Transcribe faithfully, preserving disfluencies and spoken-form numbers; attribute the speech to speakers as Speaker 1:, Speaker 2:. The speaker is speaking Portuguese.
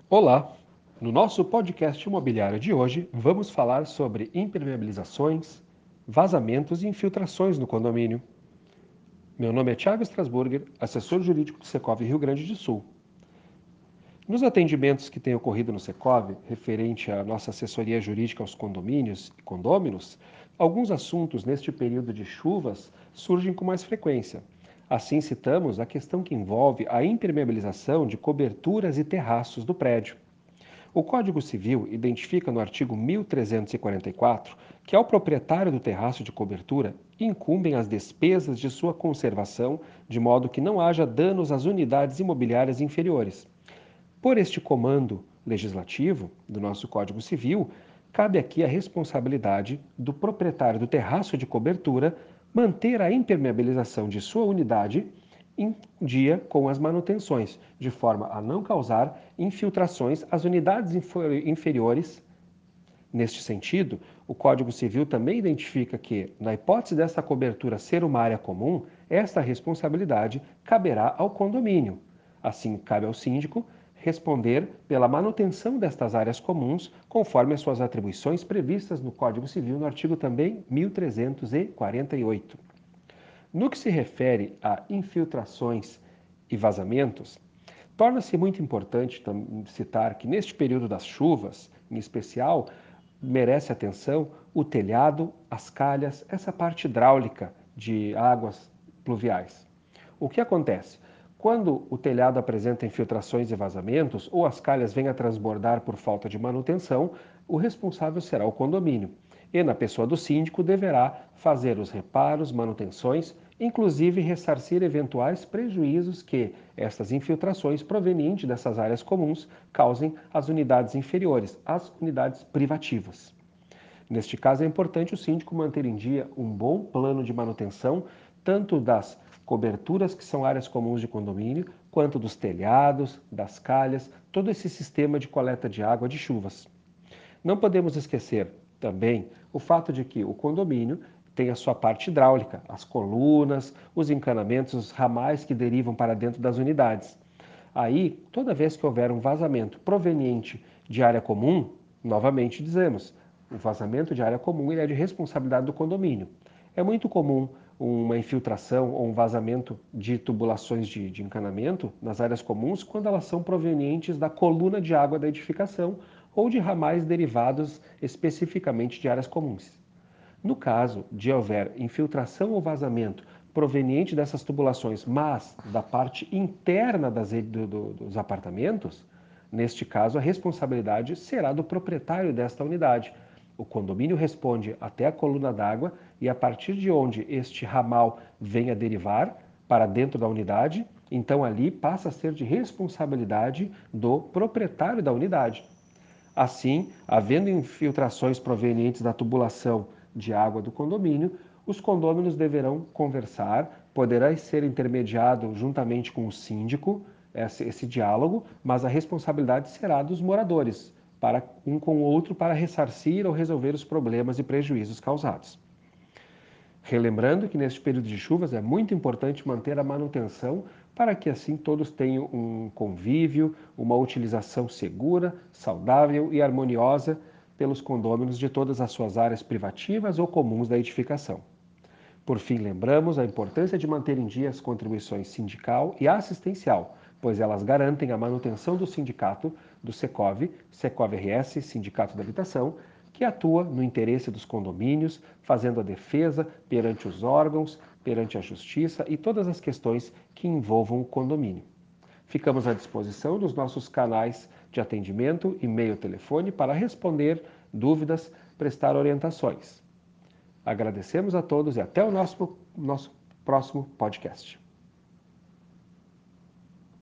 Speaker 1: Olá! No nosso podcast imobiliário de hoje, vamos falar sobre impermeabilizações, vazamentos e infiltrações no condomínio. Meu nome é Thiago Strasburger, assessor jurídico do Secov Rio Grande do Sul. Nos atendimentos que têm ocorrido no Secov, referente à nossa assessoria jurídica aos condomínios e condôminos, alguns assuntos neste período de chuvas surgem com mais frequência. Assim, citamos a questão que envolve a impermeabilização de coberturas e terraços do prédio. O Código Civil identifica no artigo mil trezentos e quarenta e quatro que ao proprietário do terraço de cobertura incumbem as despesas de sua conservação, de modo que não haja danos às unidades imobiliárias inferiores. Por este comando legislativo do nosso Código Civil, cabe aqui a responsabilidade do proprietário do terraço de cobertura manter a impermeabilização de sua unidade em dia com as manutenções, de forma a não causar infiltrações às unidades inferiores. Neste sentido, o Código Civil também identifica que, na hipótese desta cobertura ser uma área comum, esta responsabilidade caberá ao condomínio. Assim, cabe ao síndico responder pela manutenção destas áreas comuns, conforme as suas atribuições previstas no Código Civil, no artigo também mil trezentos e quarenta e oito. No que se refere a infiltrações e vazamentos, torna-se muito importante citar que neste período das chuvas, em especial, merece atenção o telhado, as calhas, essa parte hidráulica de águas pluviais. O que acontece? Quando o telhado apresenta infiltrações e vazamentos ou as calhas vêm a transbordar por falta de manutenção, o responsável será o condomínio. E, na pessoa do síndico, deverá fazer os reparos, manutenções, inclusive ressarcir eventuais prejuízos que estas infiltrações provenientes dessas áreas comuns causem às unidades inferiores, às unidades privativas. Neste caso, é importante o síndico manter em dia um bom plano de manutenção, tanto das coberturas, que são áreas comuns de condomínio, quanto dos telhados, das calhas, todo esse sistema de coleta de água de chuvas. Não podemos esquecer também o fato de que o condomínio tem a sua parte hidráulica, as colunas, os encanamentos, os ramais que derivam para dentro das unidades. Aí, toda vez que houver um vazamento proveniente de área comum, novamente dizemos, o vazamento de área comum ele é de responsabilidade do condomínio. É muito comum uma infiltração ou um vazamento de tubulações de, de encanamento nas áreas comuns quando elas são provenientes da coluna de água da edificação ou de ramais derivados especificamente de áreas comuns. No caso de houver infiltração ou vazamento proveniente dessas tubulações, mas da parte interna das, do, do, dos apartamentos, neste caso a responsabilidade será do proprietário desta unidade. O condomínio responde até a coluna d'água e a partir de onde este ramal venha derivar para dentro da unidade, então ali passa a ser de responsabilidade do proprietário da unidade. Assim, havendo infiltrações provenientes da tubulação de água do condomínio, os condôminos deverão conversar, poderá ser intermediado juntamente com o síndico esse, esse diálogo, mas a responsabilidade será dos moradores, para um com o outro para ressarcir ou resolver os problemas e prejuízos causados. Relembrando que neste período de chuvas é muito importante manter a manutenção para que assim todos tenham um convívio, uma utilização segura, saudável e harmoniosa pelos condôminos de todas as suas áreas privativas ou comuns da edificação. Por fim, lembramos a importância de manter em dia as contribuições sindical e assistencial, pois elas garantem a manutenção do sindicato do Secov, Secov R S, Sindicato da Habitação, que atua no interesse dos condomínios, fazendo a defesa perante os órgãos, perante a justiça e todas as questões que envolvam o condomínio. Ficamos à disposição dos nossos canais de atendimento, e-mail, telefone, para responder dúvidas, prestar orientações. Agradecemos a todos e até o nosso, nosso próximo podcast.